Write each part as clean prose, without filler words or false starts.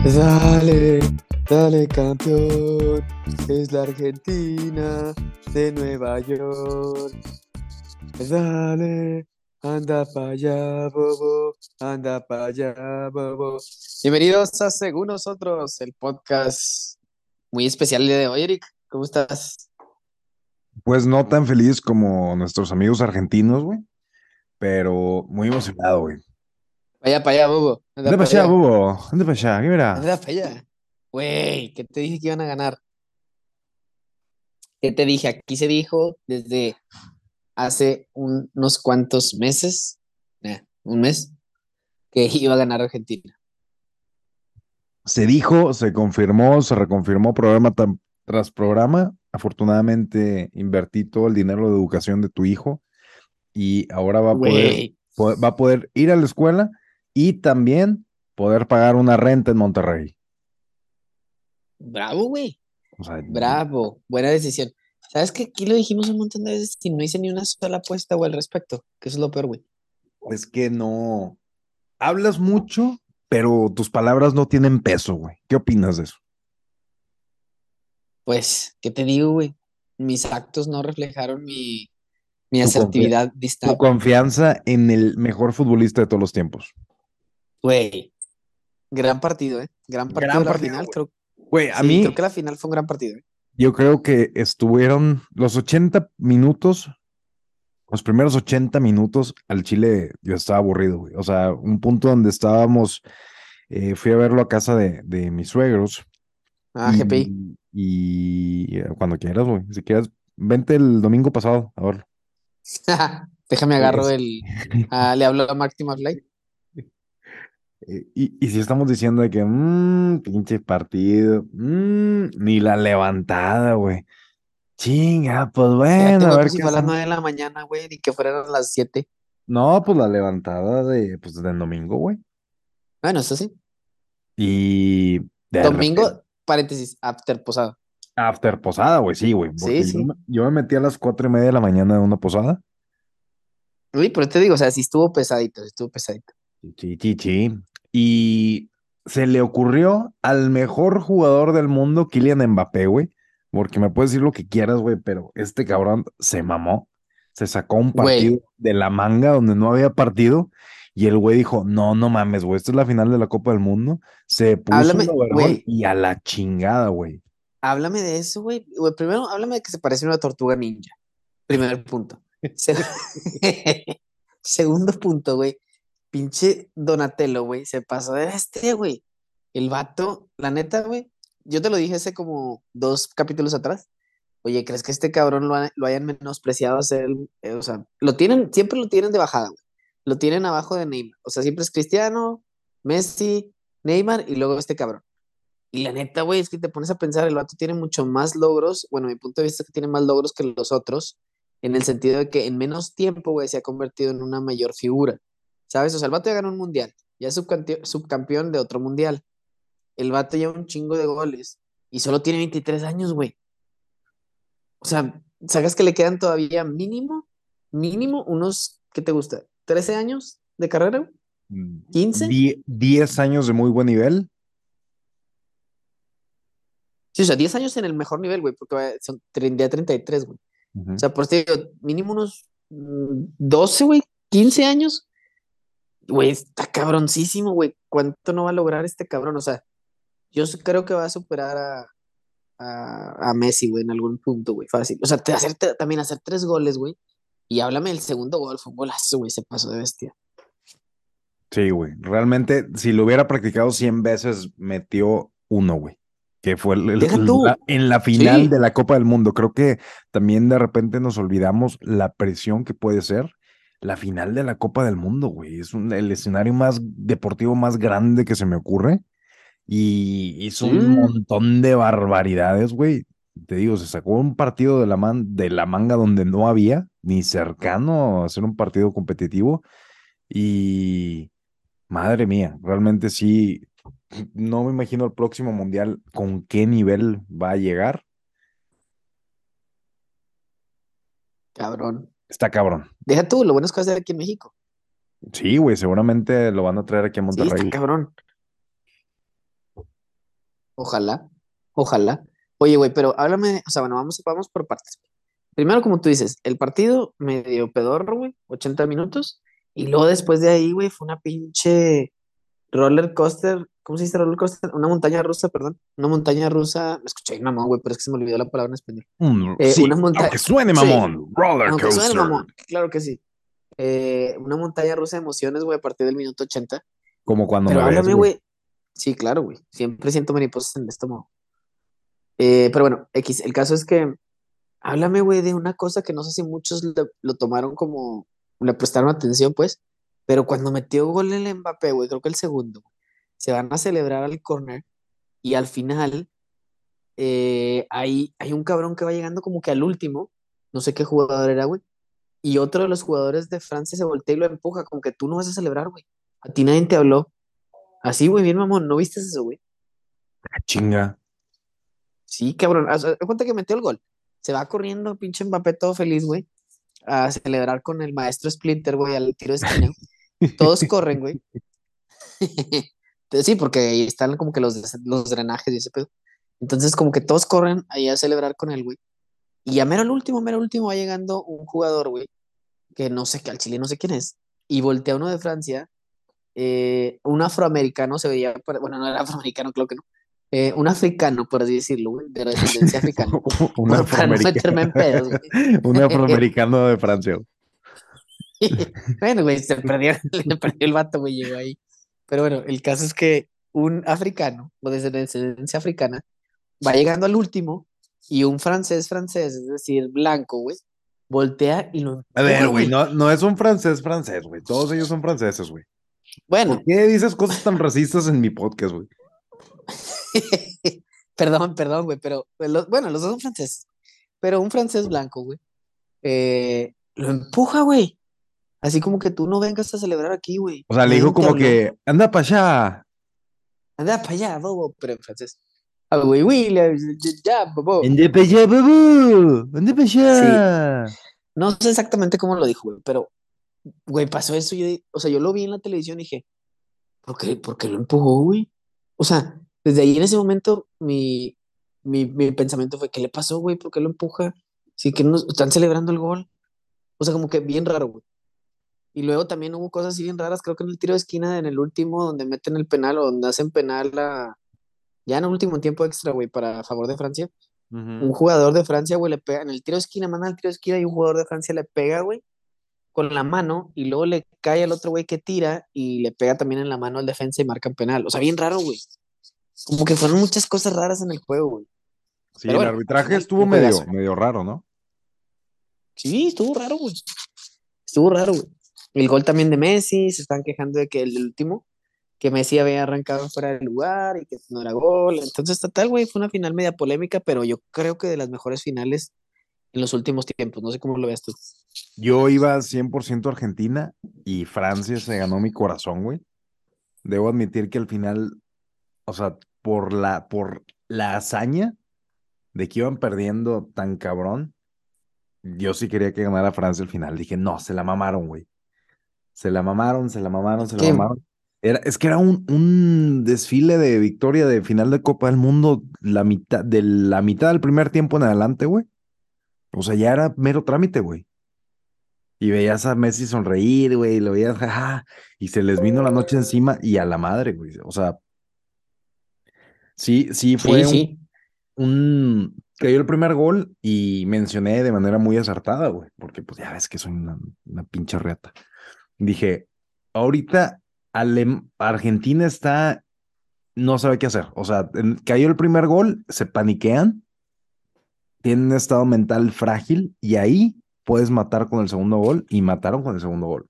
Dale, dale campeón, es la Argentina de Nueva York. Dale, anda para allá, bobo, anda para allá, bobo. Bienvenidos a Según Nosotros, el podcast muy especial el día de hoy, Eric. ¿Cómo estás? Pues no tan feliz como nuestros amigos argentinos, güey, pero muy emocionado, güey. Para allá, bobo, anda Anda para para allá, allá, bobo, anda para allá, ¿qué verá? anda para allá. Güey, ¿qué te dije que iban a ganar? ¿Qué te dije? Aquí se dijo desde hace unos cuantos meses, un mes, que iba a ganar Argentina. Se dijo, se confirmó, se reconfirmó tras programa. Afortunadamente invertí todo el dinero de educación de tu hijo y ahora Güey, va a poder ir a la escuela y también poder pagar una renta en Monterrey. bravo, güey, O sea, bravo, buena decisión. ¿Sabes que aquí lo dijimos un montón de veces y no hice ni una sola apuesta o al respecto? Que eso es lo peor, güey. es que no hablas mucho, pero tus palabras no tienen peso, güey. ¿Qué opinas de eso? Pues, ¿qué te digo, güey? Mis actos no reflejaron mi Tu, confia- asertividad tu dista. confianza en el mejor futbolista de todos los tiempos. Güey, gran partido, ¿eh? Gran partido Gran la partido, final, güey. creo. Güey, a Sí, creo mí, que la final fue un gran partido, ¿eh? yo creo que estuvieron los 80 minutos, los primeros 80 minutos al Chile, yo estaba aburrido, güey. O sea, un punto donde estábamos, fui a verlo a casa de mis suegros Ah, GPI. y cuando quieras, güey. Si quieres, vente el domingo pasado a verlo. Déjame agarro Es- el. Ah, le hablo a Marty McFly. Y si estamos diciendo de que, pinche partido, ni la levantada, güey. Chinga, pues Fíjate, bueno, a güey, ver pues si qué fue a las hacemos. 9 de la mañana, güey, y que fueran a las 7. No, pues la levantada pues, del domingo, güey. Bueno, eso sí. Y de repente, Domingo, paréntesis, after posada. after posada, güey, sí, güey, Sí, porque sí. yo me metí a las 4:30 de la mañana de una posada. Uy, pero te digo, o sea, sí estuvo pesadito, sí estuvo pesadito. Sí, sí, sí. Y se le ocurrió al mejor jugador del mundo, Kylian Mbappé, güey, porque me puedes decir lo que quieras, güey, pero este cabrón se mamó, se sacó un partido Güey, de la manga donde no había partido y el güey dijo, no, no mames, güey, esta es la final de la Copa del Mundo. Se puso el háblame, overall güey, y a la chingada, güey. háblame de eso, güey. Güey, primero, háblame de que se parece a una tortuga ninja. Primer punto. Se- Segundo punto, güey. Pinche Donatello, güey, se pasó de bestia, güey. El vato, la neta, güey, yo te lo dije hace como 2 capítulos atrás. Oye, ¿crees que este cabrón lo hayan menospreciado a ser, o sea, lo tienen, siempre lo tienen de bajada, güey. Lo tienen abajo de Neymar. O sea, siempre es Cristiano, Messi, Neymar y luego este cabrón. Y la neta, güey, es que te pones a pensar, el vato tiene mucho más logros. Bueno, mi punto de vista es que tiene más logros que los otros, en el sentido de que en menos tiempo, güey, se ha convertido en una mayor figura. ¿Sabes? O sea, el vato ya ganó un mundial, ya es subcampeón de otro mundial. El vato lleva un chingo de goles y solo tiene 23 años, güey. O sea, ¿sabes que le quedan todavía mínimo unos, ¿qué te gusta? ¿13 años de carrera? ¿15? 10 años de muy buen nivel. Sí, o sea, 10 años en el mejor nivel, güey, porque son ya 33, güey. O Ujú. sea, por eso te digo, mínimo unos 12, güey, 15 años. Güey, está cabroncísimo, güey. ¿Cuánto no va a lograr este cabrón? O sea, creo que va a superar a Messi, güey, en algún punto, güey, fácil. O sea, también hacer 3 goles, güey. Y háblame del segundo gol, fue un golazo, güey, se pasó de bestia. Sí, güey. Realmente, si lo hubiera practicado 100 veces, metió uno, güey. Que fue Deja tú. en la final de Sí. la Copa del Mundo. Creo que también de repente nos olvidamos la presión que puede ser la final de la Copa del Mundo, güey. Es el escenario más deportivo más grande que se me ocurre. Y hizo un Sí. montón de barbaridades, güey. Te digo, se sacó un partido de la manga donde no había, ni cercano a ser un partido competitivo. Y madre mía, realmente sí, no me imagino el próximo mundial con qué nivel va a llegar. Cabrón. Está cabrón. Deja tú, lo bueno es que va a ser aquí en México. Sí, güey, seguramente lo van a traer aquí a Sí, está Monterrey. cabrón. Ojalá, ojalá. Oye, güey, pero háblame, o sea, bueno, vamos por partes. Primero, como tú dices, el partido medio pedorro, güey, 80 minutos. Y luego después de ahí, güey, fue una pinche roller coaster. ¿Cómo se dice roller coaster? Una montaña rusa, perdón. Una montaña rusa. Me escuché bien, mamón, güey, pero es que se me olvidó la palabra en español. Sí, Una montaña. aunque suene Sí, mamón, roller aunque suene coaster. mamón, claro que sí. Una montaña rusa de emociones, güey, a partir del minuto 80. Como cuando Pero me ves, háblame, güey. güey. Sí, claro, güey. Siempre siento mariposas en el estómago. Pero bueno, X, el caso es que háblame, güey, de una cosa que no sé si muchos lo tomaron como, le prestaron atención, pues, pero cuando metió gol el Mbappé, güey, creo que el segundo, se van a celebrar al corner y al final hay un cabrón que va llegando como que al último, no sé qué jugador era, güey, y otro de los jugadores de Francia se voltea y lo empuja, como que tú no vas a celebrar, güey. A ti nadie te habló. Así, güey, bien mamón, ¿no viste eso, güey? Ah, chinga. Sí, cabrón, haz de cuenta que metió el gol. Se va corriendo, pinche Mbappé todo feliz, güey, a celebrar con el maestro Splinter, güey, al tiro de esquina. Todos corren, güey. Entonces, sí, porque ahí están como que los drenajes y ese pedo. Entonces, como que todos corren ahí a celebrar con él, güey. Y ya mero al último va llegando un jugador, güey, que no sé, que al chile no sé quién es. Y voltea uno de Francia, un afroamericano se veía, bueno, no era afroamericano, creo que no. Un africano, por así decirlo, güey, de descendencia africana, Un para no afroamericano. meterme en pedos, güey. Un afroamericano de Francia. Bueno, güey, se perdió, le perdió el vato, güey, llegó ahí. Pero bueno, el caso es que un africano, o de descendencia africana, va llegando al último y un francés, es decir, blanco, güey, voltea y lo A empuja, ver, güey, güey. no es un francés, güey. Todos ellos son franceses, güey. ¿Por Bueno, qué dices cosas tan racistas en mi podcast, güey? perdón, güey, pero bueno, los dos son franceses, pero un francés blanco, güey, lo empuja, güey. Así como que tú no vengas a celebrar aquí, güey. O sea, le dijo Nadie te como habló. que, anda para allá, Anda para allá, bobo, pero en francés. Ah, güey, güey, ya, bobo. ande para allá, babú, ande para Sí, allá. no sé exactamente cómo lo dijo, güey, pero, güey, pasó eso. O sea, yo lo vi en la televisión y dije, por qué lo empujó, güey? O sea, desde ahí en ese momento, mi pensamiento fue, ¿qué le pasó, güey? ¿Por qué lo empuja? Sí, que no están celebrando el gol. O sea, como que bien raro, güey. Y luego también hubo cosas así bien raras, creo que en el tiro de esquina, en el último, donde meten el penal o donde hacen penal ya en el último tiempo extra, güey, para a favor de Francia. Un Ujú. jugador de Francia, güey, le pega en el tiro de esquina, manda al tiro de esquina y un jugador de Francia le pega, güey, con la mano y luego le cae al otro güey que tira y le pega también en la mano al defensa y marcan penal. O sea, bien raro, güey. Como que fueron muchas cosas raras en el juego, güey. Sí, Pero el bueno, al arbitraje final, estuvo un medio, juegazo. medio raro, ¿no? Sí, estuvo raro, güey. Estuvo raro, güey. El gol también de Messi, se están quejando de que el del último, que Messi había arrancado fuera del lugar y que no era gol. Entonces, total, güey, fue una final media polémica, pero yo creo que de las mejores finales en los últimos tiempos. No sé cómo lo veas tú. Yo iba 100% Argentina y Francia se ganó mi corazón, güey. Debo admitir que al final, o sea, por la hazaña de que iban perdiendo tan cabrón, yo sí quería que ganara Francia al final. Dije, no, se la mamaron, güey. Se la mamaron, se la mamaron, se la Que, mamaron. Es que era un desfile de victoria de final de Copa del Mundo, de la mitad del primer tiempo en adelante, güey. O sea, ya era mero trámite, güey. Y veías a Messi sonreír, güey, y lo veías, jaja, y se les vino la noche encima y a la madre, güey. O sea, sí, sí sí, fue sí. cayó el primer gol y mencioné de manera muy acertada, güey, porque pues ya ves que soy una pinche reata. Dije, ahorita Argentina no sabe qué hacer. O sea, cayó el primer gol, se paniquean, tienen un estado mental frágil y ahí puedes matar con el segundo gol y mataron con el segundo gol.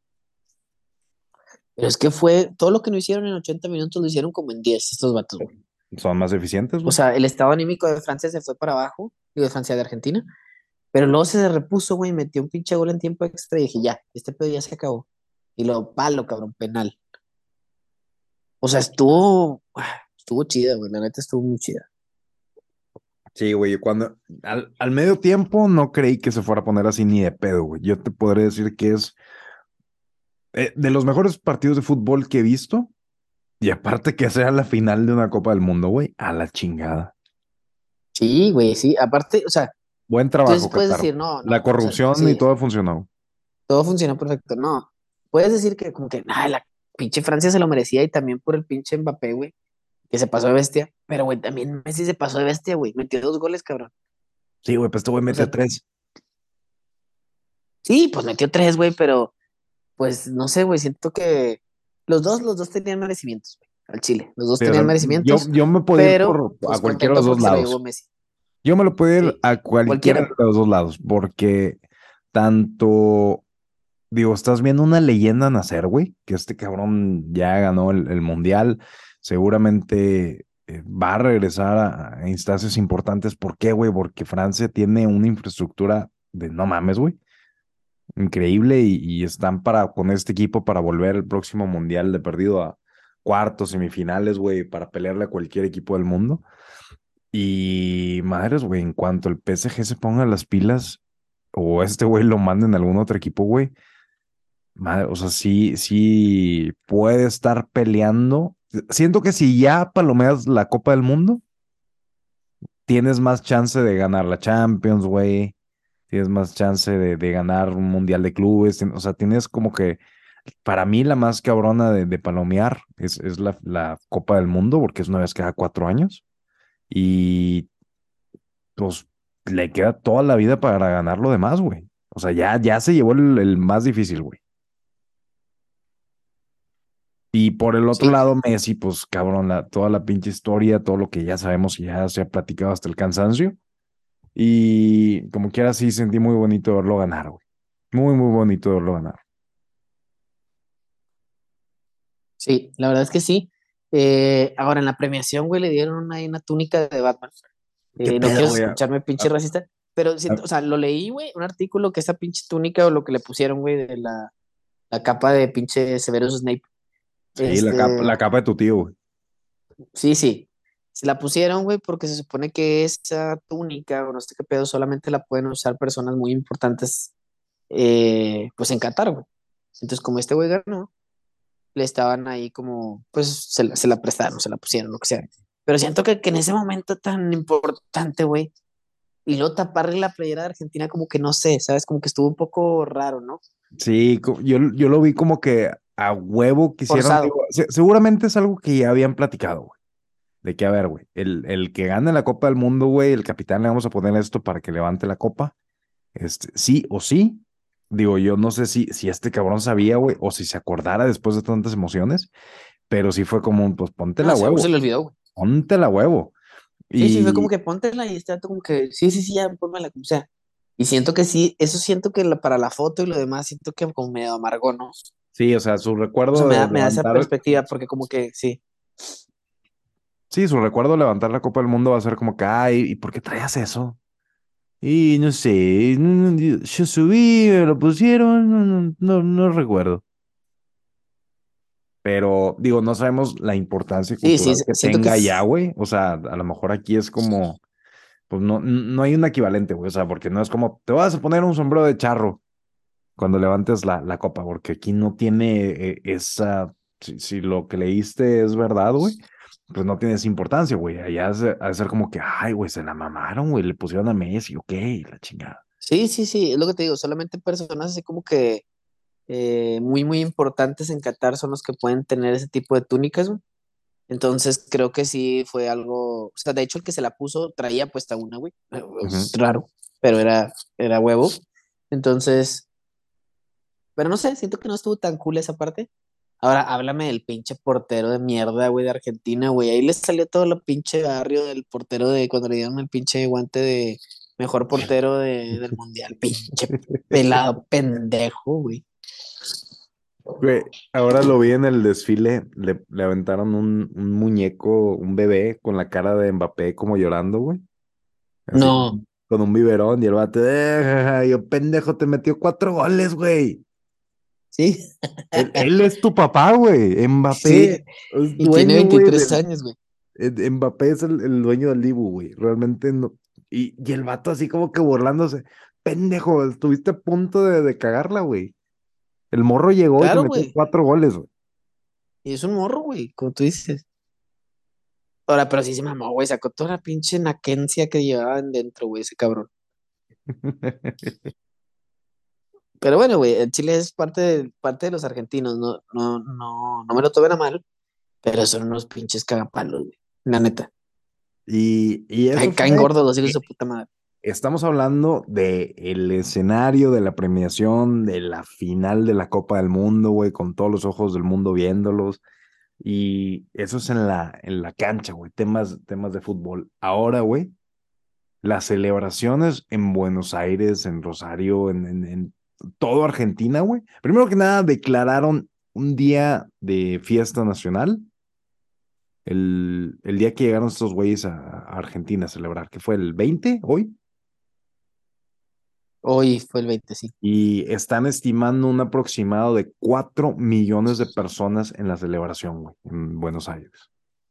Pero es que fue todo lo que no hicieron en 80 minutos, lo hicieron como en 10 estos vatos, güey. Son más eficientes, O güey. sea, el estado anímico de Francia se fue para abajo, digo, de Francia de Argentina, pero luego se repuso, güey, metió un pinche gol en tiempo extra y dije, ya, este pedo ya se acabó. Y lo palo, cabrón, penal. O sea, estuvo chida, güey, la neta estuvo muy chida. Sí, güey, cuando al medio tiempo no creí que se fuera a poner así ni de pedo, güey. Yo te podré decir que es de los mejores partidos de fútbol que he visto Y aparte que sea la final de una Copa del Mundo, güey, a la chingada. Sí, güey, sí. Aparte, o sea, Buen entonces trabajo, puedes Qatar. decir, no, La no, o sea, corrupción y sí, todo funcionó. todo funcionó perfecto. No, puedes decir que como que, ay, la pinche Francia se lo merecía y también por el pinche Mbappé, güey, que se pasó de bestia. Pero, güey, también Messi se pasó de bestia, güey. Metió 2 goles, cabrón. Sí, güey, pues este güey O metió sea, tres. sí, pues metió 3, güey, pero pues no sé, güey, siento que los dos tenían merecimientos, güey, al Chile. Los dos Sí, o tenían sea, yo, merecimientos, yo me puedo ir pero a pues cualquiera de los contento dos porque se lo llevó lados. Messi. Yo me lo puedo ir Sí, a cualquiera cualquiera, de güey. los dos lados, porque tanto, digo, estás viendo una leyenda nacer, güey, que este cabrón ya ganó el mundial, seguramente va a regresar a instancias importantes. ¿Por qué, güey? Porque Francia tiene una infraestructura de no mames, güey, increíble y están para con este equipo para volver el próximo mundial de perdido a cuartos, semifinales, güey, para pelearle a cualquier equipo del mundo. Y madres, güey, en cuanto el PSG se ponga las pilas o este güey lo manden a algún otro equipo, güey, madre, o sea, sí, sí puede estar peleando. Siento que si ya palomeas la Copa del Mundo, tienes más chance de ganar la Champions, güey. Tienes más chance de ganar un mundial de clubes. O sea, tienes como que, para mí, la más cabrona de palomear es la Copa del Mundo, porque es una vez cada 4 años. Y pues le queda toda la vida para ganar lo demás, güey. O sea, ya se llevó el más difícil, güey. Y por el otro Sí, lado, Messi, pues cabrón, toda la pinche historia, todo lo que ya sabemos y ya se ha platicado hasta el cansancio. Y como quiera, sí sentí muy bonito verlo ganar, güey. Muy, muy bonito verlo ganar. sí, la verdad es que sí. Ahora en la premiación, güey, le dieron ahí una túnica de Batman. ¿Qué No pedo, quiero güey? escucharme pinche racista, pero siento, o sea, lo leí, güey, un artículo que esa pinche túnica o lo que le pusieron, güey, de la capa de pinche Severus Snape. Sí, la Este, capa de tu tío, güey. sí, sí. Se la pusieron, güey, porque se supone que esa túnica, o no sé qué pedo, solamente la pueden usar personas muy importantes, pues en Qatar, güey. Entonces, como este güey ganó, le estaban ahí como, pues se la prestaron, se la pusieron, lo que sea. Pero siento que en ese momento tan importante, güey, y luego taparle la playera de Argentina, como que no sé, ¿sabes? Como que estuvo un poco raro, ¿no? Sí, yo lo vi como que a huevo quisieron, digo, Forzado. seguramente es algo que ya habían platicado, güey. De que, a ver, güey, el que gane la Copa del Mundo, güey, el capitán le vamos a poner esto para que levante la copa. Sí o sí. Digo, yo no sé si este cabrón sabía, güey, o si se acordara después de tantas emociones, pero sí fue como un, pues ponte No, la seguro se huevo, le olvidó, güey. ponte la huevo. Sí, sí, fue como Y que póntela y este dato como que, sí, sí, sí, ya, pónmela, como sea. Y siento que sí, eso siento que para la foto y lo demás, siento que como medio amargó, ¿no? sí, o sea, su O sea, recuerdo me de da, me da esa levantar, perspectiva porque como que, sí. sí, su recuerdo de levantar la Copa del Mundo va a ser como que, ay, ¿y por qué traías eso? Y no sé, yo subí, me lo pusieron, no recuerdo. Pero digo, no sabemos la importancia Sí, sí, cultural que siento que tenga ya, es, güey. O sea, a lo mejor aquí es como, pues no hay un equivalente, güey. O sea, porque no es como, te vas a poner un sombrero de charro cuando levantes la copa, porque aquí no tiene esa, si lo que leíste es verdad, güey, pues no tiene esa importancia, güey. Allá ha de ser como que, ay, güey, se la mamaron, güey, le pusieron a Messi, ok, la chingada. sí, sí, sí, es lo que te digo, solamente personas así como que muy, muy importantes en Qatar son los que pueden tener ese tipo de túnicas, güey. Entonces creo que sí fue algo, o sea, de hecho el que se la puso traía puesta una, güey. Ujú. Es raro, pero era huevo. Entonces, pero no sé, siento que no estuvo tan cool esa parte. Ahora háblame del pinche portero de mierda, güey, de Argentina, güey. Ahí les salió todo lo pinche barrio del portero de cuando le dieron el pinche guante de mejor portero del mundial. Pinche pelado pendejo, güey. Güey, ahora lo vi en el desfile, le aventaron un muñeco, un bebé con la cara de Mbappé como llorando, güey. Así No, con un biberón y el vato, yo pendejo, te metió 4 goles, güey. sí, Él es tu papá, güey. Mbappé sí. es Y tiene dueño, güey, 23 años, güey. Mbappé es el dueño del Dibu, güey. Realmente no. Y el vato así como que burlándose. Pendejo, estuviste a punto de cagarla, güey. El morro llegó y te Claro, metió güey. 4 goles, güey. Y es un morro, güey, como tú dices. Ahora, pero sí se mamó, güey, sacó toda la pinche naquencia que llevaban dentro, güey, ese cabrón. Pero bueno, güey, el Chile es parte de los argentinos, no me lo tomen a mal, pero son unos pinches cagapalos, güey, la neta. Y eso Caen fue, gordos los hijos de su puta madre. estamos hablando de el escenario de la premiación, de la final de la Copa del Mundo, güey, con todos los ojos del mundo viéndolos. Y eso es en la cancha, güey, temas de fútbol. Ahora, güey, las celebraciones en Buenos Aires, en Rosario, en todo Argentina, güey. Primero que nada, declararon un día de fiesta nacional, el día que llegaron estos güeyes a Argentina a celebrar, que fue el 20 hoy, Hoy fue el 20, sí. y están estimando un aproximado de 4 millones de personas en la celebración, güey, en Buenos Aires.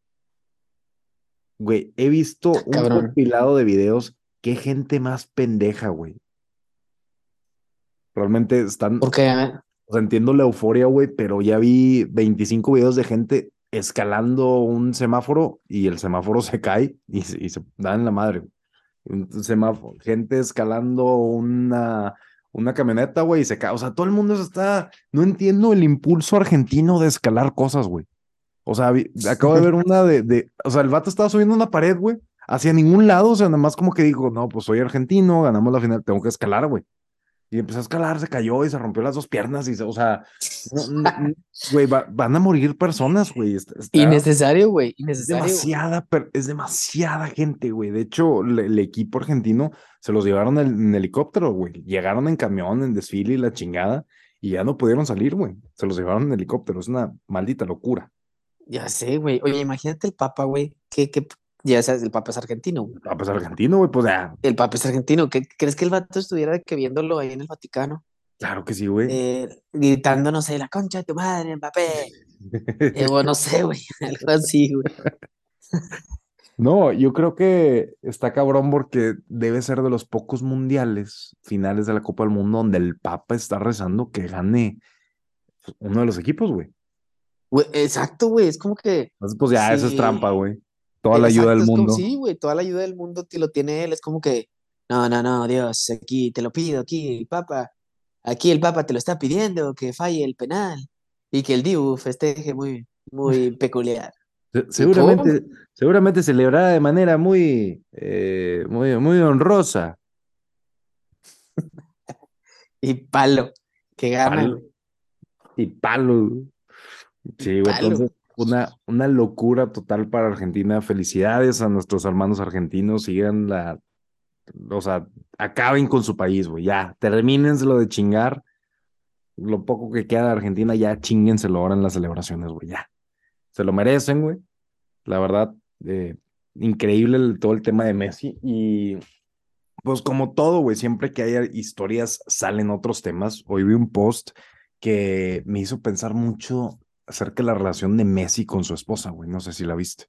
Güey, he visto un Cabrón. compilado de videos. Qué gente más pendeja, güey. Realmente están, Porque, o sea, entiendo la euforia, güey, pero ya vi 25 videos de gente escalando un semáforo y el semáforo se cae y se dan en la madre, güey. Un semáforo, gente escalando una camioneta, güey, y se cae. O sea, todo el mundo se está. No entiendo el impulso argentino de escalar cosas, güey. O sea, acabo de ver una o sea, el vato estaba subiendo una pared, güey, hacia ningún lado, o sea, nada más como que dijo, no, pues soy argentino, ganamos la final, tengo que escalar, güey. Y empezó a escalar, se cayó y se rompió las dos piernas o sea, güey, van a morir personas, güey. innecesario, güey, innecesario, güey. Es demasiada gente, güey. De hecho, el equipo argentino se los llevaron en helicóptero, güey. Llegaron en camión, en desfile y la chingada, y ya no pudieron salir, güey. Se los llevaron en helicóptero. Es una maldita locura. Ya sé, güey. Oye, imagínate el Papa, güey. Ya sabes, el Papa es argentino, güey. Ah, pues argentino, güey, pues ya, El Papa es argentino. ¿Qué crees que el vato estuviera de que viéndolo ahí en el Vaticano? claro que sí, güey. Gritando, no sé, la concha de tu madre, Mbappé. Bueno, no sé, güey. Algo así, güey. No, yo creo que está cabrón porque debe ser de los pocos mundiales finales de la Copa del Mundo donde el Papa está rezando que gane uno de los equipos, güey. Exacto, güey. Es como que Entonces, pues ya, eso es trampa, sí. güey. Toda la ayuda del Exacto, es como, mundo. sí, güey. Toda la ayuda del mundo te lo tiene él. Es como que, no, Dios, aquí te lo pido, aquí, Papa. Aquí el Papa te lo está pidiendo, que falle el penal y que el Dibu festeje muy peculiar. Y pum, Seguramente, seguramente celebrará de manera muy honrosa. y palo, que gana, Palo güey. y palo. Y Sí, güey, palo. entonces una locura total para Argentina. Felicidades a nuestros hermanos argentinos. Sigan o sea, acaben con su país, güey. Ya, termínenselo de chingar. Lo poco que queda de Argentina, ya chíngenselo ahora en las celebraciones, güey. Ya. Se lo merecen, güey. La verdad, eh, increíble todo el tema de Messi. Y pues como todo, güey, siempre que haya historias salen otros temas. Hoy vi un post que me hizo pensar mucho acerca de la relación de Messi con su esposa, güey. No sé si la viste.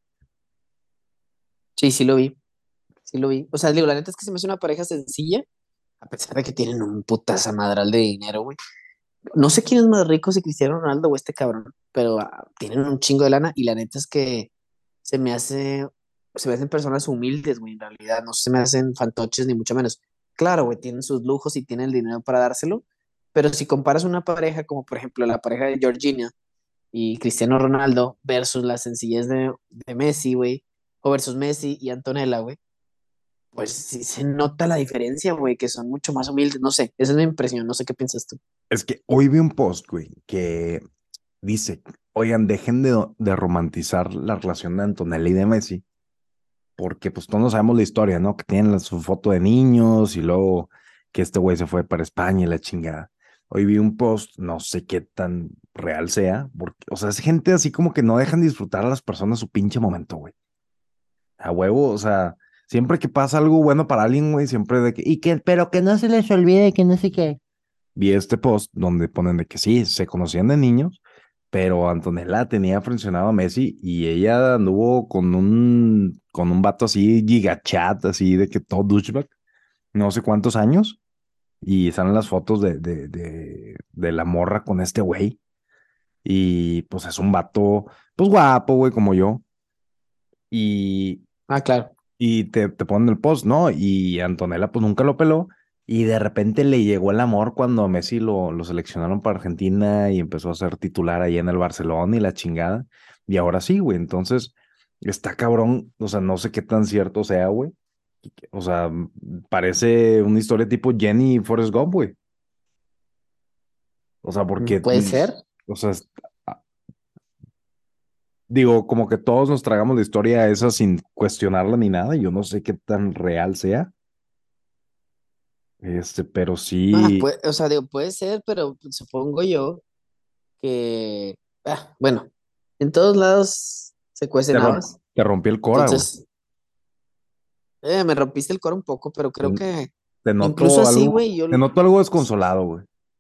Sí, sí lo vi, sí lo vi. O sea, digo, la neta es que se me hace una pareja sencilla, a pesar de que tienen un putaza madral de dinero, güey. No sé quién es más rico, si Cristiano Ronaldo o este cabrón, pero tienen un chingo de lana y la neta es que se me hace, se me hacen personas humildes, güey, en realidad, no se me hacen fantoches ni mucho menos. Claro, güey, tienen sus lujos y tienen el dinero para dárselo, pero si comparas una pareja como por ejemplo la pareja de Georgina y Cristiano Ronaldo versus la sencillez de Messi, güey, o versus Messi y Antonella, güey, pues sí se nota la diferencia, güey, que son mucho más humildes, no sé, esa es mi impresión, no sé qué piensas tú. Es que hoy vi un post, güey, que dice, oigan, dejen de romantizar la relación de Antonella y de Messi, porque pues todos sabemos la historia, ¿no? Que tienen su foto de niños y luego que este güey se fue para España y la chingada. Hoy vi un post, no sé qué tan real sea, porque, o sea, es gente así como que no dejan disfrutar a las personas su pinche momento, güey. A huevo, o sea, siempre que pasa algo bueno para alguien, güey, siempre de que, pero que no se les olvide que no sé qué. Vi este post donde ponen de que sí, se conocían de niños, pero Antonella tenía fraccionado a Messi y ella anduvo con un vato así, gigachat, así de que todo douchebag, no sé cuántos años, y salen las fotos de la morra con este güey. Y pues es un vato, pues guapo, güey, como yo. Y, Ah, claro. y te ponen el post, ¿no? Y Antonella pues nunca lo peló. Y de repente le llegó el amor cuando a Messi lo seleccionaron para Argentina y empezó a ser titular ahí en el Barcelona y la chingada. Y ahora sí, güey. Entonces, está cabrón. O sea, no sé qué tan cierto sea, güey. O sea, parece una historia tipo Jenny y Forrest Gump, güey. O sea, porque, Puede ser. o sea, digo, como que todos nos tragamos la historia esa sin cuestionarla ni nada. Yo no sé qué tan real sea. Pero sí, O sea, digo, puede ser, pero supongo yo que, bueno, en todos lados se cuecen habas. te rompí el cora, güey. Entonces, me rompiste el coro un poco, pero Te, creo que incluso noto así, algo, güey, yo, te noto algo desconsolado, güey.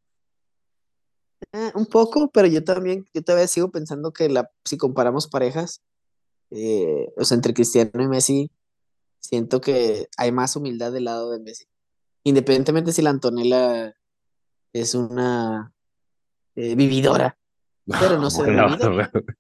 un poco, pero yo también, yo todavía sigo pensando que si comparamos parejas, o sea, entre Cristiano y Messi, siento que hay más humildad del lado de Messi. Independientemente si la Antonella es una vividora, pero no se ve Bueno, vividora.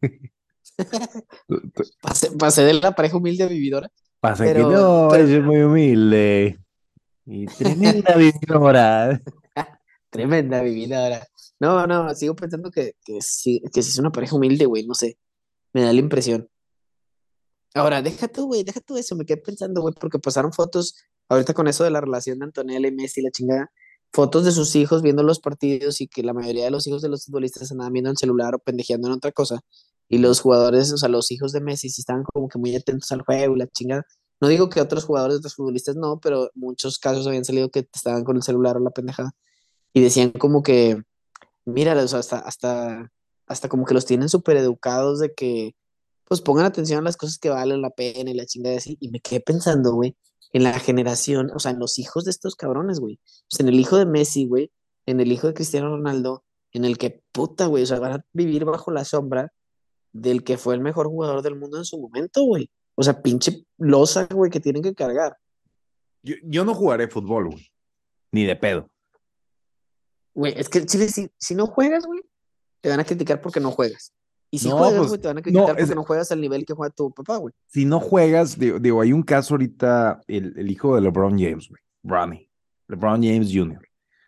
Pasé de la pareja humilde a vividora, pasa que pero, no, pero, es muy humilde y tremenda vividora. tremenda vividora. No, no, sigo pensando que sí es una pareja humilde, güey, no sé, me da la impresión. Ahora, deja tú, güey, deja tú eso, me quedé pensando, güey, porque pasaron fotos, ahorita con eso de la relación de Antonella y Messi, la chingada, fotos de sus hijos viendo los partidos y que la mayoría de los hijos de los futbolistas andaban viendo el celular o pendejeando en otra cosa, y los jugadores, o sea, los hijos de Messi sí estaban como que muy atentos al juego y la chingada. No digo que otros jugadores de otros futbolistas no, pero muchos casos habían salido que estaban con el celular o la pendejada, y decían como que mira, o sea, hasta como que los tienen súper educados de que, pues pongan atención a las cosas que valen la pena y la chingada así. Y me quedé pensando, güey, en la generación, o sea, en los hijos de estos cabrones, güey. O sea, en el hijo de Messi, güey, en el hijo de Cristiano Ronaldo, en el que, puta, güey, o sea, van a vivir bajo la sombra del que fue el mejor jugador del mundo en su momento, güey. O sea, pinche losa, güey, que tienen que cargar. Yo no jugaré fútbol, güey, ni de pedo. Güey, es que el Chile, si no juegas, güey, te van a criticar porque no juegas. Y si No, juegas, pues, güey, te van a no, criticar porque no juegas al nivel que juega tu papá, güey. si no juegas, digo, hay un caso ahorita, el hijo de LeBron James, güey, Bronny, LeBron James Jr.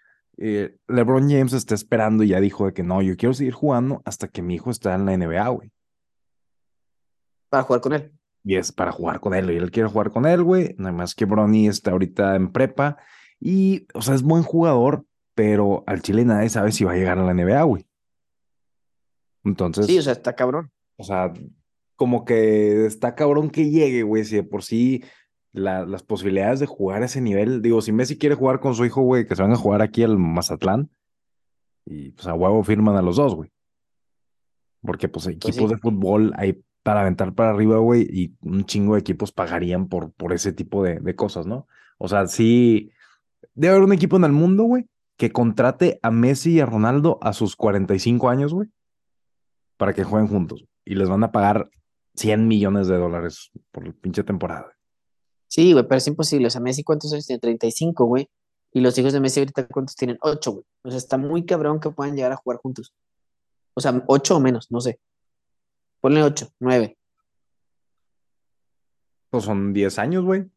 LeBron James está esperando y ya dijo de que no, yo quiero seguir jugando hasta que mi hijo está en la NBA, güey. Para jugar con él. Y es para jugar con él, y él quiere jugar con él, güey. Nada más que Bronny está ahorita en prepa y, o sea, es buen jugador, pero al Chile nadie sabe si va a llegar a la NBA, güey. Sí, o Entonces, sea, está cabrón. o sea, como que está cabrón que llegue, güey, si de por sí las posibilidades de jugar a ese nivel, digo, si Messi quiere jugar con su hijo, güey, que se van a jugar aquí al Mazatlán y pues a huevo firman a los dos, güey. Porque pues Pues equipos sí. de fútbol hay para aventar para arriba, güey, y un chingo de equipos pagarían por ese tipo de cosas, ¿no? O sea, sí, debe haber un equipo en el mundo, güey, que contrate a Messi y a Ronaldo a sus 45 años, güey, para que jueguen juntos. Y les van a pagar 100 millones de dólares por la pinche temporada. Sí, güey, pero es imposible. O sea, Messi, ¿cuántos años tiene? 35, güey. Y los hijos de Messi ahorita, ¿cuántos tienen? 8, güey. O sea, está muy cabrón que puedan llegar a jugar juntos. O sea, 8 o menos, no sé. Ponle 8, 9. Pues son 10 años, güey.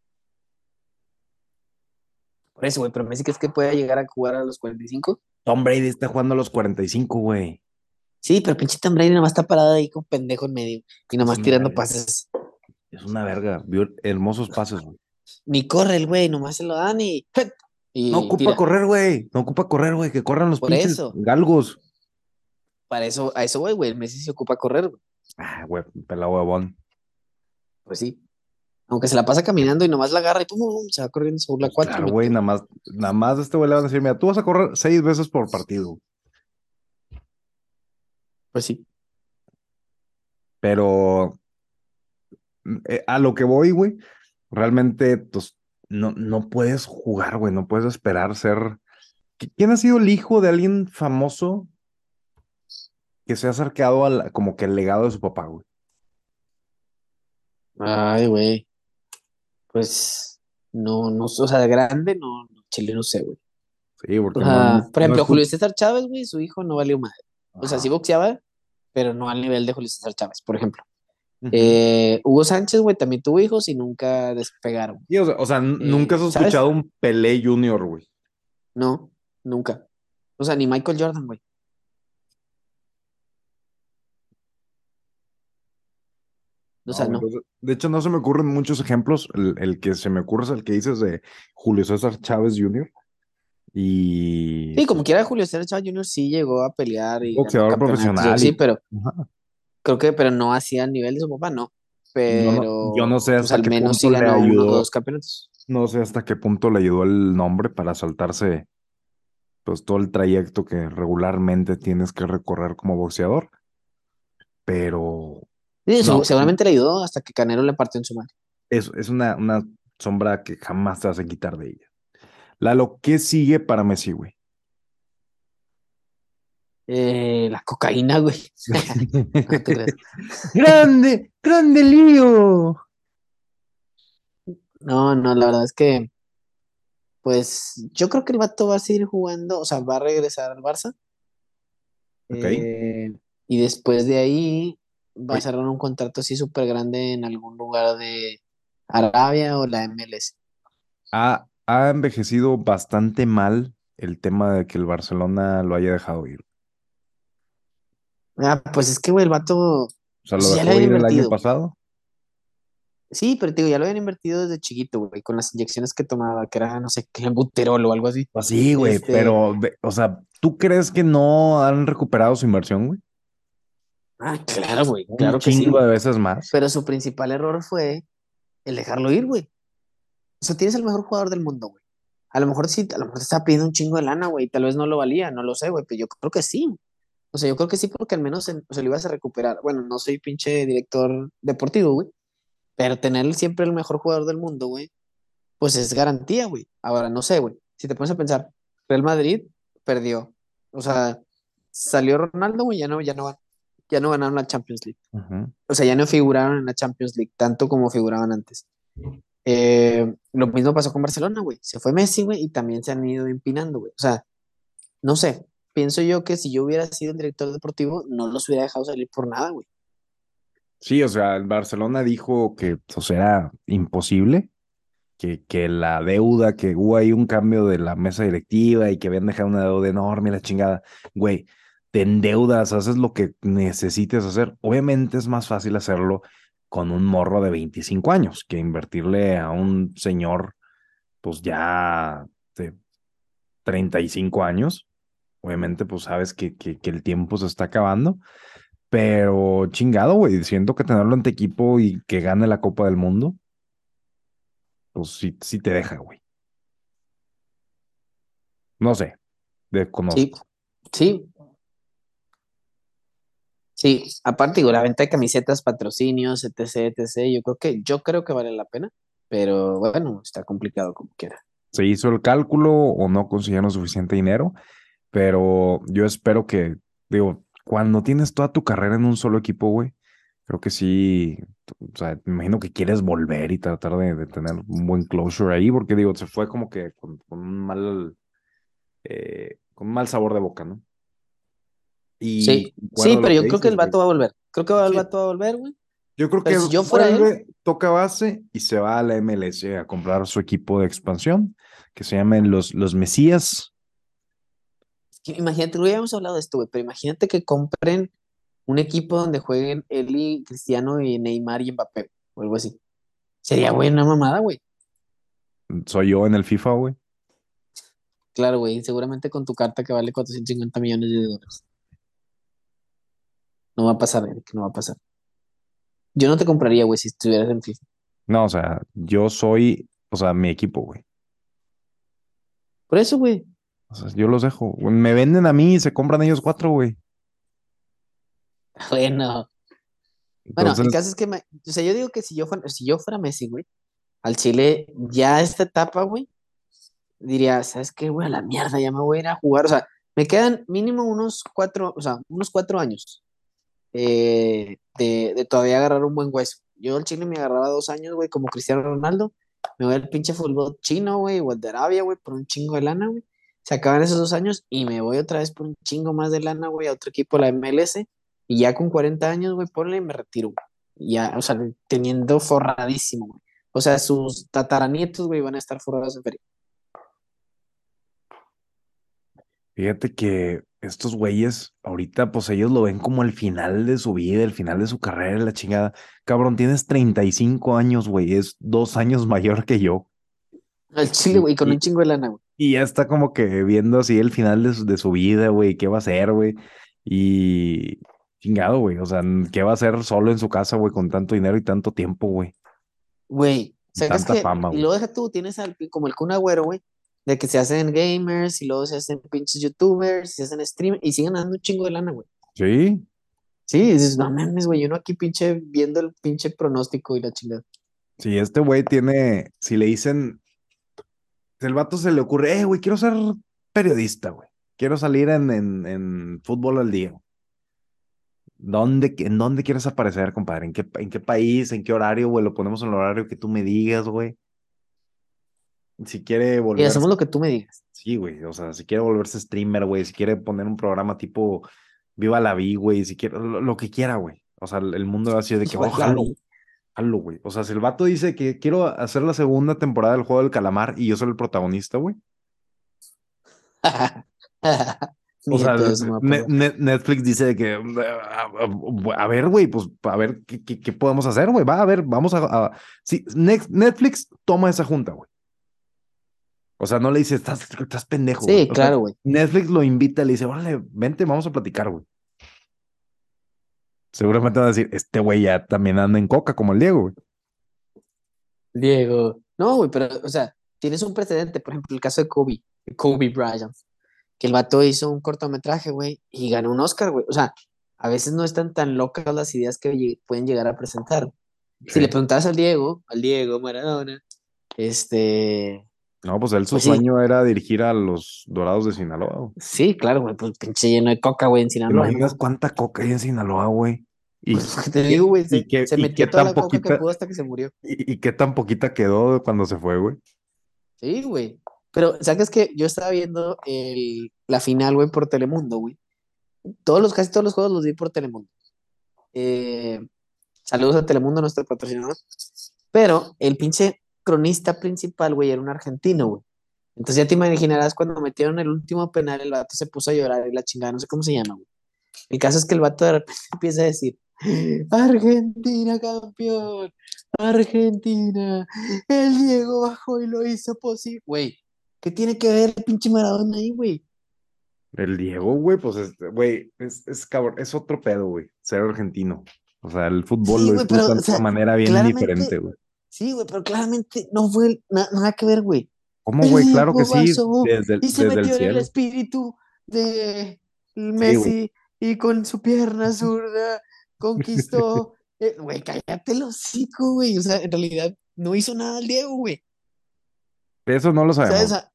Por eso, güey, pero Messi, ¿crees que pueda llegar a jugar a los 45? Tom Brady está jugando a los 45, güey. Sí, pero pinche Tom Brady nomás está parado ahí con pendejo en medio y Es nomás una tirando verga. pases. Es una verga. Vio hermosos pases, güey. Ni corre el güey, nomás se lo dan y, No y ocupa tira. correr, güey. No ocupa correr, güey. Que corran los Por pinches eso, galgos. para eso, a eso, güey, el Messi se ocupa correr, güey. Ah, güey, pelado huevón. Pues sí. Aunque se la pasa caminando y nomás la agarra y pum, pum, pum, se va corriendo sobre la Pues 4 y claro, güey, metió. nada más a este güey le van a decir, mira, tú vas a correr 6 veces por partido. Pues sí. Pero a lo que voy, güey, realmente, pues, no puedes jugar, güey, no puedes esperar ser. ¿Quién ha sido el hijo de alguien famoso que se ha acercado como que el legado de su papá, güey? Ay, güey. Pues no, no, o sea, de grande, no, no, Chile no sé, güey. Sí, O porque no, sea, no, por no ejemplo, Julio escucho. César Chávez, güey, su hijo no valió madre. O sea, Ajá. sí boxeaba, pero no al nivel de Julio César Chávez, por ejemplo. Ujú. Hugo Sánchez, güey, también tuvo hijos y nunca despegaron. Y, o sea, nunca has ¿Sabes? escuchado un Pelé Junior, güey. No, nunca. O sea, ni Michael Jordan, güey. O No, sea, güey. no. De hecho, no se me ocurren muchos ejemplos. El que se me ocurre es el que dices de Julio César Chávez Jr. Y Sí, como pues quiera, Julio César Chávez Jr. sí llegó a pelear y ganó boxeador campeonatos, y profesional sí, y pero ajá. creo que, pero no hacía el nivel de su papá, no. Yo no sé Pero, pues hasta al qué menos punto sí le ganó uno o ayudó, dos campeonatos. no sé hasta qué punto le ayudó el nombre para saltarse pues todo el trayecto que regularmente tienes que recorrer como boxeador, pero Sí, no, seguramente le ayudó hasta que Canelo le partió en su madre. es una sombra que jamás te vas a quitar de ella. Lalo, ¿qué sigue para Messi, güey? La cocaína, güey. No te creas. Grande, grande lío. No, no, la verdad es que, pues, yo creo que el vato va a seguir jugando, o sea, va a regresar al Barça. Ok. Y después de ahí va a Oye, cerrar un contrato así súper grande en algún lugar de Arabia o la MLS. ha envejecido bastante mal el tema de que el Barcelona lo haya dejado ir. Ah, pues es que, güey, el vato, o O sea, lo sea, ya le dejó habían ir el año invertido, güey. pasado. Sí, pero te digo, ya lo habían invertido desde chiquito, güey, con las inyecciones que tomaba, que era, no sé, que buterol o algo así. Pues sí, güey, Este, pero, o sea, ¿tú crees que no han recuperado su inversión, güey? claro, güey, Un claro que sí, chingo güey. de veces más. Pero su principal error fue el dejarlo ir, güey. O sea, tienes el mejor jugador del mundo, güey. A lo mejor sí, a lo mejor te estaba pidiendo un chingo de lana, güey, tal vez no lo valía, no lo sé, güey, pero yo creo que sí. O sea, yo creo que sí, porque al menos se lo ibas a recuperar. Bueno, no soy pinche director deportivo, güey, pero tener siempre el mejor jugador del mundo, güey, pues es garantía, güey. Ahora, no sé, güey. Si te pones a pensar, Real Madrid perdió. O sea, salió Ronaldo, güey, ya no ganaron la Champions League. Ujú. O sea, ya no figuraron en la Champions League tanto como figuraban antes. Lo mismo pasó con Barcelona, güey. Se fue Messi, güey, y también se han ido empinando, güey. O sea, no sé. Pienso yo que si yo hubiera sido el director deportivo, no los hubiera dejado salir por nada, güey. Sí, o sea, el Barcelona dijo que pues, era imposible, que la deuda, que hubo ahí un cambio de la mesa directiva y que habían dejado una deuda enorme y la chingada. Güey, te endeudas, haces lo que necesites hacer. Obviamente es más fácil hacerlo con un morro de 25 años que invertirle a un señor, pues ya de 35 años. Obviamente, pues sabes que el tiempo se está acabando, pero chingado, güey, siento que tenerlo ante equipo y que gane la Copa del Mundo, pues sí, sí te deja, güey. No sé, Sí, desconozco. sí, sí. Aparte, digo, la venta de camisetas, patrocinios, etc, etc. Yo creo que vale la pena, pero bueno, está complicado como quiera. Se hizo el cálculo o no consiguieron suficiente dinero, pero yo espero que, digo, cuando tienes toda tu carrera en un solo equipo, güey, creo que sí, o sea, me imagino que quieres volver y tratar de tener un buen closure ahí, porque digo, se fue como que con un mal sabor de boca, ¿no? Y Sí, sí, concuerdo pero lo que yo creo que el dices, güey. vato va a volver. Creo que el Sí, vato va a volver, güey. yo creo Pero que si yo fuera él, vuelve, toca base y se va a la MLS a comprar su equipo de expansión, que se llamen los Mesías. es que imagínate, no habíamos hablado de esto, güey, pero imagínate que compren un equipo donde jueguen Eli, Cristiano y Neymar y Mbappé, o algo así. Sería, güey, una mamada, güey. Soy yo en el FIFA, güey. Claro, güey, seguramente con tu carta que vale 450 millones de dólares. No va a pasar, Eric, no va a pasar. Yo no te compraría, güey, si estuvieras en FIFA. No, o sea, yo soy, o sea, mi equipo, güey. Por eso, güey. O sea, yo los dejo. Me venden a mí y se compran ellos cuatro, güey. Bueno. Bueno, el Entonces, caso es que, o sea, yo digo que si yo fuera Messi, güey, al Chile, ya esta etapa, güey, diría, ¿sabes qué, güey? A la mierda, ya me voy a ir a jugar. O sea, me quedan mínimo unos 4, o sea, unos 4 años de todavía agarrar un buen hueso. Yo al Chile me agarraba 2 años, güey, como Cristiano Ronaldo. Me voy al pinche fútbol chino, güey, o al de Arabia, güey, por un chingo de lana, güey. se acaban esos 2 años y me voy otra vez por un chingo más de lana, güey, a otro equipo, la MLS, y ya con 40 años, güey, ponle y me retiro, güey. Y ya, o sea, teniendo forradísimo, güey. O sea, sus tataranietos, güey, van a estar forrados en feria. Fíjate que estos güeyes, ahorita, pues ellos lo ven como el final de su vida, el final de su carrera, la chingada. Cabrón, tienes 35 años, güey, es 2 años mayor que yo. Al Chile, Y, güey, con un y, chingo de lana, güey. y ya está como que viendo así el final de su vida, güey, qué va a hacer, güey. Y chingado, güey, o sea, qué va a hacer solo en su casa, güey, con tanto dinero y tanto tiempo, güey. Güey, o Y sea, que es tanta que, fama, y güey. luego deja tú, tienes como el Kun Agüero, güey, de que se hacen gamers y luego se hacen pinches youtubers, se hacen streamers y siguen dando un chingo de lana, güey. Sí, Sí, dices, no mames, güey, uno aquí pinche viendo el pinche pronóstico y la chingada. sí, este güey tiene, si le dicen, si el vato se le ocurre, güey, quiero ser periodista, güey. Quiero salir en fútbol al día. ¿En dónde quieres aparecer, compadre? ¿En qué país? ¿En qué horario, güey? Lo ponemos en el horario que tú me digas, güey. Si quiere Y volverse, hacemos lo que tú me digas. sí, güey. O sea, si quiere volverse streamer, güey. Si quiere poner un programa tipo Viva la Vi, güey. Si quiere, lo que quiera, güey. O sea, el mundo va así de que, oh, Igual la jalo, vi. jalo, güey. O sea, si el vato dice que quiero hacer la segunda temporada del Juego del Calamar y yo soy el protagonista, güey. O Ni de sea, pedo eso me va a pasar. Netflix dice de que, a ver, güey, pues a ver qué podemos hacer, güey. Va a ver, vamos sí, Netflix toma esa junta, güey. O sea, no le dice, estás pendejo, güey. Sí, O sea, claro, güey. Netflix lo invita, le dice, órale, vente, vamos a platicar, güey. Seguramente van a decir, este güey ya también anda en coca como el Diego, güey. Diego. No, güey, pero, o sea, tienes un precedente, por ejemplo, el caso de Kobe Bryant, que el vato hizo un cortometraje, güey, y ganó un Oscar, güey. O sea, a veces no están tan locas las ideas que pueden llegar a presentar. Si le Sí. preguntabas al Diego Maradona, este, No, pues él su pues sí, sueño era dirigir a los Dorados de Sinaloa, güey. sí, claro, güey, pues pinche lleno de coca, güey, en ¿Te Sinaloa, ¿no? imaginas cuánta coca hay en Sinaloa, güy? Pues ¿Y, lo que te y, digo, qué, güey, y, qué, se y qué metió toda tan la coca que poquita, pudo hasta que se murió. y qué tan poquita quedó cuando se fue, güey? Sí, güey. Pero, ¿sabes que yo estaba viendo la final, güey, por Telemundo, güey? Casi todos los juegos los vi por Telemundo. Eh, Saludos a Telemundo, nuestro patrocinador. Pero el pinche cronista principal, güey, era un argentino, güey. Entonces ya te imaginarás cuando metieron el último penal, el vato se puso a llorar y la chingada, no sé cómo se llama, güey. El caso es que el vato de repente empieza a decir, Argentina campeón, Argentina, el Diego bajó y lo hizo posible. Güey, ¿qué tiene que ver el pinche Maradona ahí, güey? El Diego, güey, pues, güey, es cabrón, es otro pedo, güey, ser argentino. O sea, el fútbol Sí, lo güey, pero, disfrutan o de una sea, manera bien diferente, claramente, güey. sí, güey, pero claramente no fue nada que ver, güey. ¿Cómo, El güey? Claro que Diego sí, pasó y se desde el metió en el cielo. espíritu de Sí, güey. Messi y con su pierna zurda conquistó. Güey, cállate el hocico, güey. O sea, en realidad no hizo nada el Diego, güey. Eso no lo ¿Sabes? O sabemos. sea,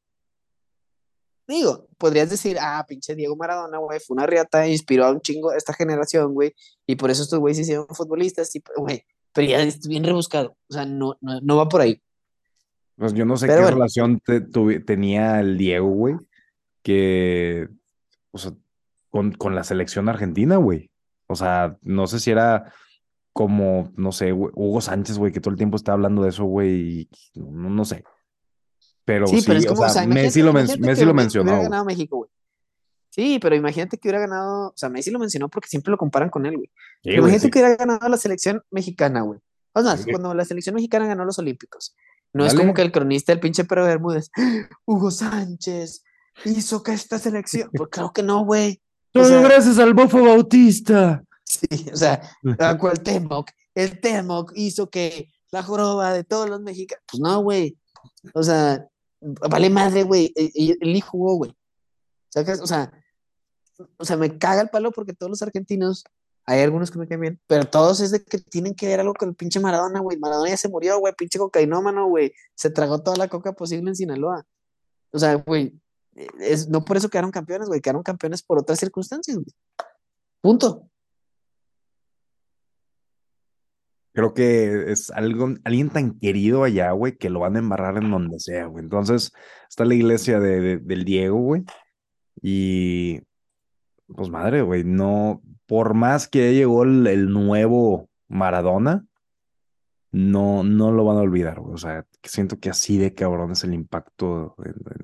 digo, podrías decir, pinche Diego Maradona, güey, fue una riata, inspiró a un chingo a esta generación, güey, y por eso estos güeyes se hicieron futbolistas, y, güey, pero ya es bien rebuscado. O sea, no va por ahí. Pues yo no sé Pero qué bueno, relación tenía el Diego, güey, que, o sea, con la selección argentina, güey. O sea, no sé si era como, no sé, güey, Hugo Sánchez, güey, que todo el tiempo está hablando de eso, güey, y no sé. Pero sí, pero sí, es o como, o sea, sea, imagínate Messi lo que hubiera mencionó, güey. ganado México, güey. Sí, pero imagínate que hubiera ganado, o sea, Messi lo mencionó porque siempre lo comparan con él, güey. Sí, Pero güey, imagínate sí. que hubiera ganado la selección mexicana, güey. O sea, Sí. cuando la selección mexicana ganó los Olímpicos, no es como Dale. que el cronista, el pinche Pedro Bermúdez, Hugo Sánchez hizo que esta selección, pues claro que no, güey. O Todo sea, gracias al Bofo Bautista. sí, o sea, a Cuauhtémoc, el Temoc hizo que la joroba de todos los mexicanos, pues no, güey. O sea, vale madre, güey. Él ni jugó, güey. ¿Sacas? O sea, me caga el palo porque todos los argentinos, hay algunos que me caen bien, pero todos es de que tienen que ver algo con el pinche Maradona, güey. Maradona ya se murió, güey, pinche cocainómano, güey. Se tragó toda la coca posible en Sinaloa. O sea, güey, no por eso quedaron campeones, güey, quedaron campeones por otras circunstancias, güey. Punto. Creo que es alguien tan querido allá, güey, que lo van a embarrar en donde sea, güey. Entonces, está la iglesia del Diego, güey. Y, pues madre, güey, no, por más que ya llegó el nuevo Maradona, no lo van a olvidar, güey. O sea, que siento que así de cabrón es el impacto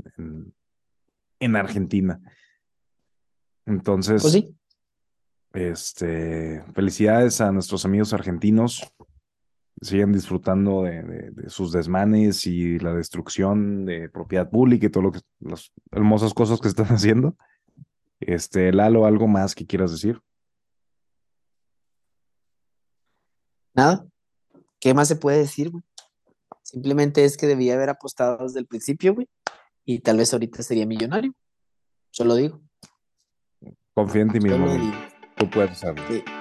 en Argentina. Pues Entonces, sí, felicidades a nuestros amigos argentinos. Sigan disfrutando de sus desmanes y la destrucción de propiedad pública y todo lo que, las hermosas cosas que están haciendo. Lalo, ¿algo más que quieras decir? nada. ¿Qué más se puede decir, güey? Simplemente es que debía haber apostado desde el principio, güey. Y tal vez ahorita sería millonario. Solo digo, Confía en ti mismo, solo amigo. digo. Tú puedes hacerlo. Sí.